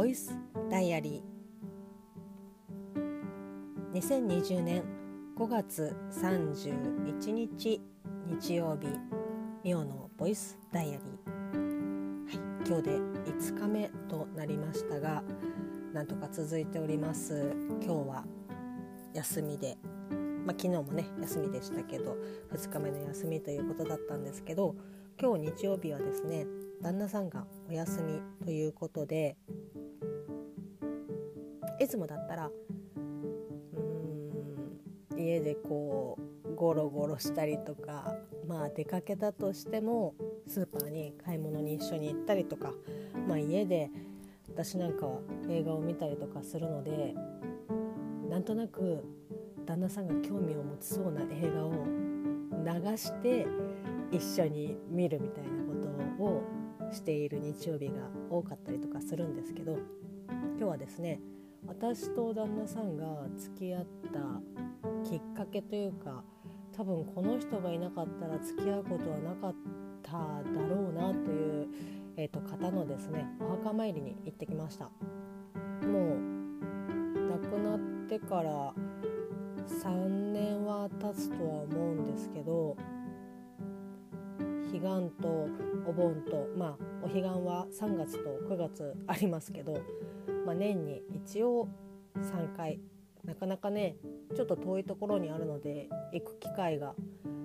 イスダイアリー。2020年5月31日日曜日、ミオのボイスダイアリー。今日で5日目となりましたが、なんとか続いております。今日は休みで、昨日もね休みでしたけど2日目の休みということだったんですけど、今日日曜日はですね、旦那さんがお休みということで、いつもだったら家でこうゴロゴロしたりとか、出かけたとしてもスーパーに買い物に一緒に行ったりとか、家で私なんかは映画を見たりとかするので、なんとなく旦那さんが興味を持ちそうな映画を流して一緒に見るみたいなことをしている日曜日が多かったりとかするんですけど、今日はですね、私と旦那さんが付き合ったきっかけというか、多分この人がいなかったら付き合うことはなかっただろうなという、方のですね、お墓参りに行ってきました。もう亡くなってから3年は経つとは思うんですけど、彼岸とお盆と、お彼岸は3月と9月ありますけど、年に一応3回、なかなかねちょっと遠いところにあるので行く機会が、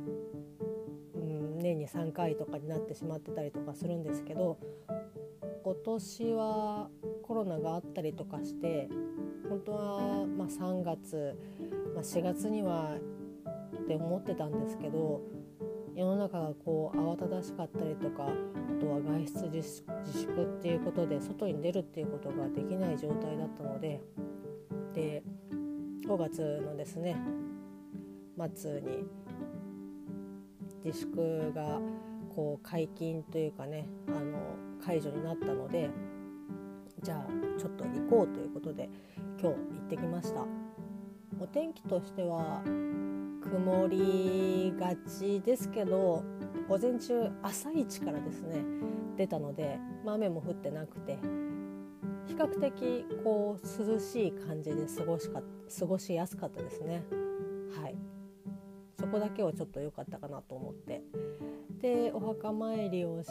年に3回とかになってしまってたりとかするんですけど、今年はコロナがあったりとかして、本当は3月、4月にはって思ってたんですけど、世の中がこう慌ただしかったりとか、あとは外出自粛っていうことで外に出るっていうことができない状態だったので、5月のですね末に自粛がこう解禁というかね、解除になったので、じゃあちょっと行こうということで今日行ってきました。お天気としては曇りがちですけど、午前中朝一からですね出たので、雨も降ってなくて、比較的こう涼しい感じで過ごしやすかったですね。そこだけはちょっと良かったかなと思って、でお墓参りをして、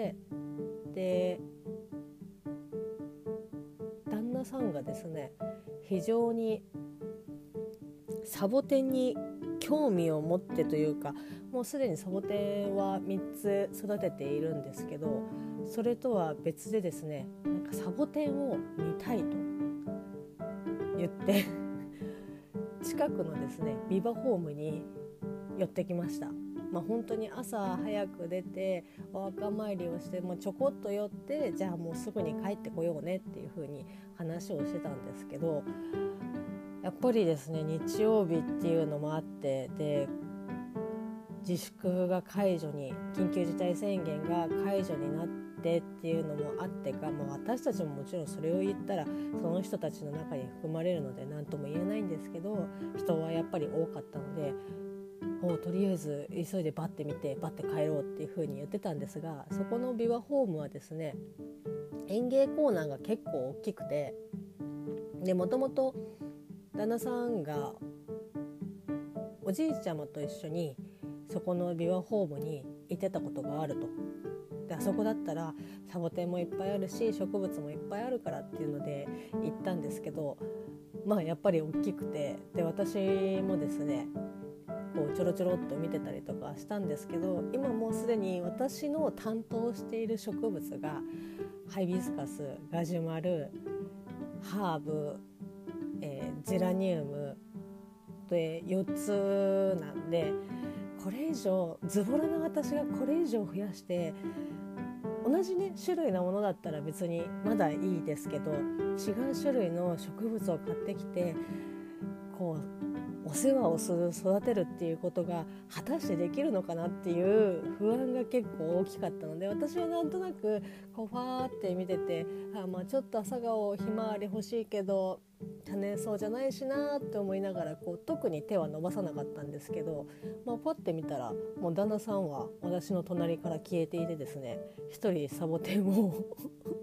で旦那さんがですね非常にサボテンに興味を持ってというか、もうすでにサボテンは3つ育てているんですけど、それとは別でですね、サボテンを見たいと言って近くのですねビバホームに寄ってきました。本当に朝早く出てお墓参りをして、ちょこっと寄って、じゃあもうすぐに帰ってこようねっていう風に話をしてたんですけど、やっぱりですね日曜日っていうのもあって、で自粛が解除に、緊急事態宣言が解除になってっていうのもあってか、私たちももちろんそれを言ったらその人たちの中に含まれるので何とも言えないんですけど、人はやっぱり多かったので、とりあえず急いでバッて見てバッて帰ろうっていう風に言ってたんですが、そこのビワホームはですね園芸コーナーが結構大きくて、でもともと旦那さんがおじいちゃまと一緒にそこのビワホームに行ってたことがあると。であそこだったらサボテンもいっぱいあるし植物もいっぱいあるからっていうので行ったんですけど、やっぱり大きくて、で私もですねこうちょろちょろっと見てたりとかしたんですけど、今もうすでに私の担当している植物がハイビスカス、ガジュマル、ハーブ、ジラニウムで4つなんで、これ以上ズボラな私がこれ以上増やして、同じね種類のものだったら別にまだいいですけど、違う種類の植物を買ってきてこうお世話をする、育てるっていうことが果たしてできるのかなっていう不安が結構大きかったので、私はなんとなくこうファーって見てて、ちょっと朝顔ひまわり欲しいけど種そうじゃないしなって思いながら特に手は伸ばさなかったんですけど、パッて見たらもう旦那さんは私の隣から消えていてですね、一人サボテンを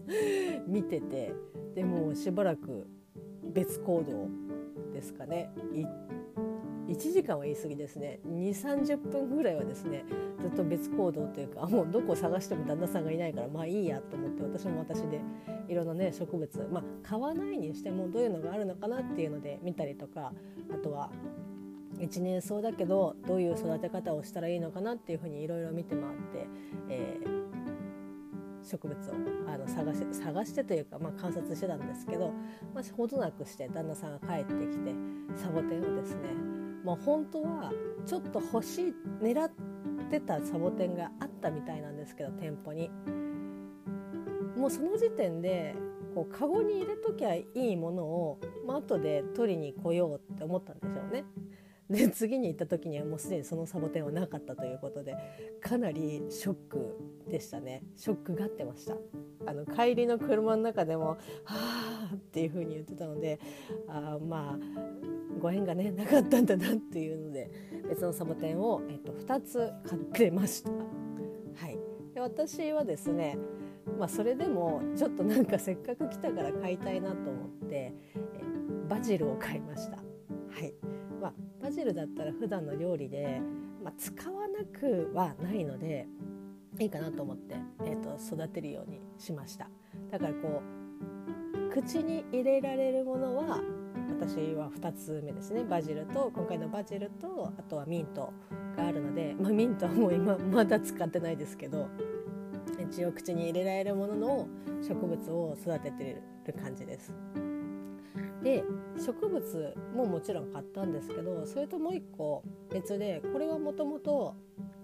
見てて、でもうしばらく別行動ですかね、1時間は言い過ぎですね、2、30分ぐらいはですねずっと別行動というか、もうどこ探しても旦那さんがいないからまあいいやと思って、私も私でいろんなね植物、買わないにしてもどういうのがあるのかなっていうので見たりとか、あとは一年草だけどどういう育て方をしたらいいのかなっていうふうにいろいろ見て回って、植物を探してというか、観察してたんですけど、ほどなくして旦那さんが帰ってきて、サボテンをですね、本当はちょっと狙ってたサボテンがあったみたいなんですけど、店舗にもうその時点でこうカゴに入れときゃいいものを、後で取りに来ようって思ったんでしょうね。で次に行った時にはもうすでにそのサボテンはなかったということで、かなりショックでしたね。ショックがってました。帰りの車の中でもはぁっていう風に言ってたので、ご縁がねなかったんだなっていうので、別のサボテンを、2つ買ってました。はい。で私はですね、それでもちょっとなんかせっかく来たから買いたいなと思って、バジルを買いました。はい。バジルだったら普段の料理で、使わなくはないのでいいかなと思って、育てるようにしました。だからこう口に入れられるものは私は2つ目ですね。今回のバジルと、あとはミントがあるので、ミントはもう今まだ使ってないですけど、一応口に入れられるものの植物を育ててる感じです。で植物ももちろん買ったんですけど、それともう一個別で、これはもともと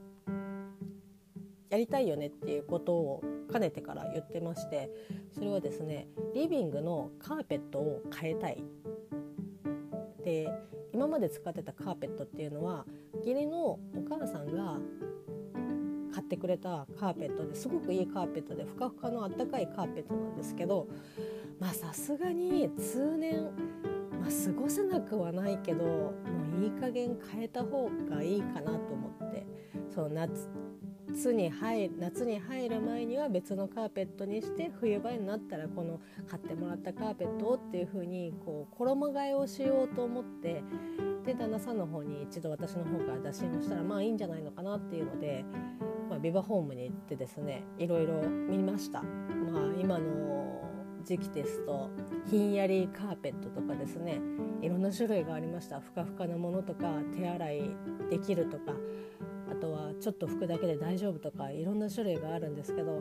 やりたいよねっていうことをかねてから言ってまして、それはですね、リビングのカーペットを変えたい。で今まで使ってたカーペットっていうのは義理のお母さんが買ってくれたカーペットで、すごくいいカーペットで、ふかふかのあったかいカーペットなんですけど、さすがに通年、過ごせなくはないけど、もういい加減変えた方がいいかなと思って、その夏に入る前には別のカーペットにして、冬場になったらこの買ってもらったカーペットをっていう風にこう衣替えをしようと思って、で旦那さんの方に一度私の方から打診をしたら、いいんじゃないのかなっていうので、ビバホームに行ってですね、いろいろ見ました。今の時期ですとひんやりカーペットとかですね、いろんな種類がありました。ふかふかなものとか、手洗いできるとか、あとはちょっと拭くだけで大丈夫とか、いろんな種類があるんですけど、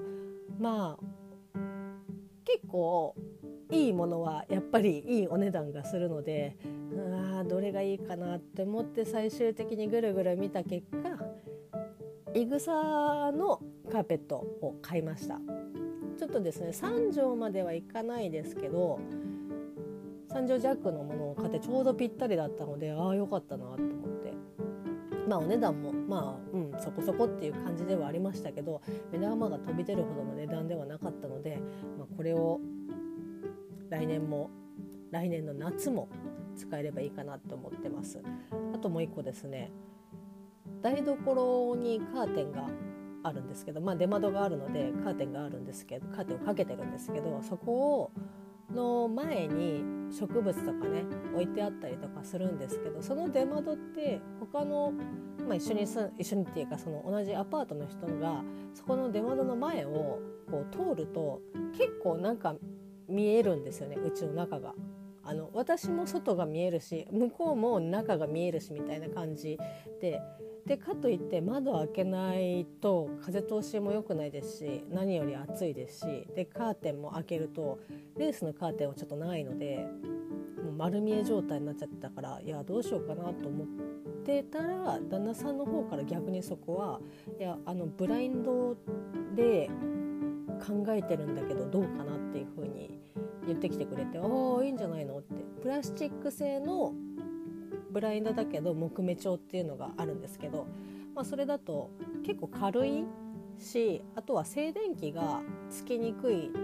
結構いいものはやっぱりいいお値段がするので、どれがいいかなって思って最終的にぐるぐる見た結果、イグサのカーペットを買いました。ちょっとですね、3畳まではいかないですけど、3畳弱のものを買ってちょうどぴったりだったので、良かったなと思って、お値段もそこそこっていう感じではありましたけど、目玉が飛び出るほどの値段ではなかったので、これを来年の夏も使えればいいかなと思ってます。あともう一個ですね、台所にカーテンがあるんですけど、出窓があるのでカーテンをかけてるんですけど、そこの前に植物とかね置いてあったりとかするんですけど、その出窓って他の、一緒にっていうか、その同じアパートの人がそこの出窓の前をこう通ると結構なんか見えるんですよね、うちの中が。私も外が見えるし、向こうも中が見えるしみたいな感じで、かといって窓を開けないと風通しも良くないですし、何より暑いですし、でカーテンも開けるとレースのカーテンはちょっとないので、もう丸見え状態になっちゃってたから、どうしようかなと思ってたら、旦那さんの方から逆にそこはブラインドで考えてるんだけどどうかなっていう風に言ってきてくれて、いいんじゃないのって。プラスチック製のブラインドだけど木目調っていうのがあるんですけど、それだと結構軽いし、あとは静電気が起きにくい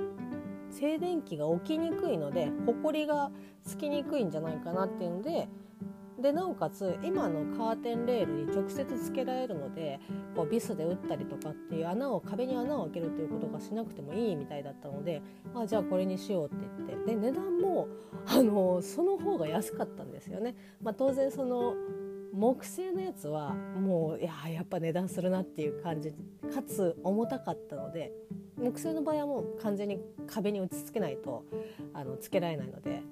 ので、ホコリがつきにくいんじゃないかなっていうので、 でなおかつ今のカーテンレールに直接つけられるので、こうビスで打ったりとかっていう壁に穴を開けるっていうことがしなくてもいいみたいだったので、じゃあこれにしようって言って、で値段もその方が安かったんですよね。当然その木製のやつはもうやっぱ値段するなっていう感じ、かつ重たかったので、木製の場合はもう完全に壁に打ち付けないとつけられないので、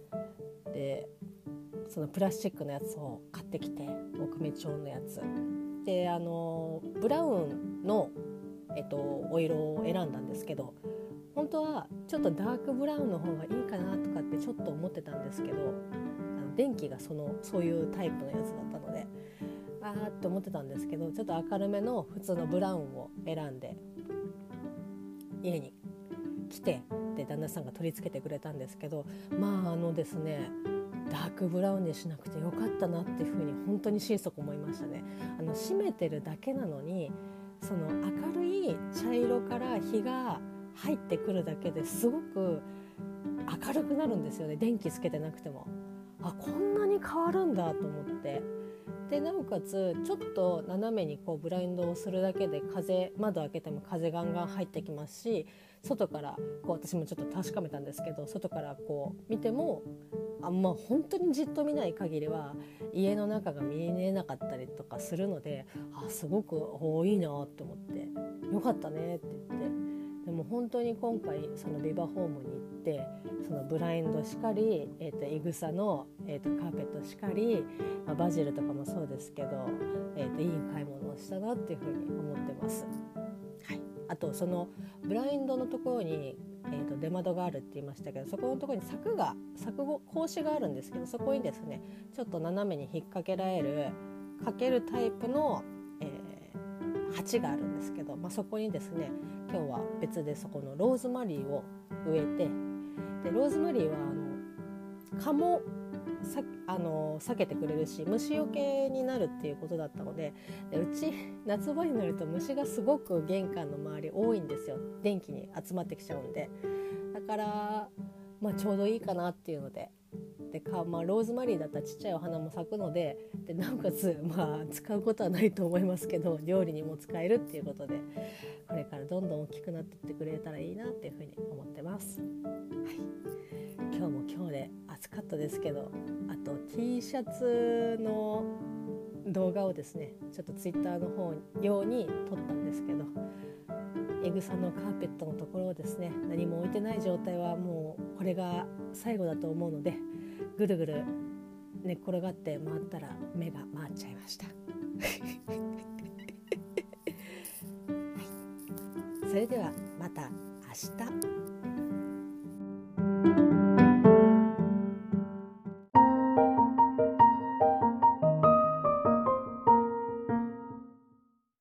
そのプラスチックのやつを買ってきて、木目調のやつでブラウンの、お色を選んだんですけど、本当はちょっとダークブラウンの方がいいかなとかってちょっと思ってたんですけど、電気がそういうタイプのやつだったのでって思ってたんですけど、ちょっと明るめの普通のブラウンを選んで家に来て、で旦那さんが取り付けてくれたんですけど、ですね、ダークブラウンにしなくてよかったなっていうふうに本当に心底思いましたね。閉めてるだけなのに、その明るい茶色から日が入ってくるだけですごく明るくなるんですよね、電気つけてなくても。こんなに変わるんだと思って、でなおかつちょっと斜めにこうブラインドをするだけで窓開けても風ガンガン入ってきますし、外からこう私もちょっと確かめたんですけど、外からこう見ても本当にじっと見ない限りは家の中が見えなかったりとかするので、すごくいいなって思って、よかったねって言って、でも本当に今回そのビバホームに行って、そのブラインドしかり、いぐさの、カーペットしかり、バジルとかもそうですけど、いい買い物をしたなっていうふうに思ってます。はい、あとそのブラインドのところに、出窓があるって言いましたけど、そこのところに格子があるんですけど、そこにですねちょっと斜めに引っ掛けられるかけるタイプの、鉢があるんですけど、そこにですね今日は別でそこのローズマリーを植えて、でローズマリーは蚊も避けてくれるし虫除けになるっていうことだったので、うち夏場になると虫がすごく玄関の周り多いんですよ。電気に集まってきちゃうんで、だからちょうどいいかなっていうので、ローズマリーだったらちっちゃいお花も咲くので、なおかつ使うことはないと思いますけど料理にも使えるっていうことで、これからどんどん大きくなっていってくれたらいいなっていうふうに思ってます。はい、今日も今日で暑かったですけど、あと T シャツの動画をですねちょっとツイッターの方用に撮ったんですけど、エグさのカーペットのところをですね何も置いてない状態はもうこれが最後だと思うので、ぐるぐる寝っ転がって回ったら目が回っちゃいました、はい、それではまた明日。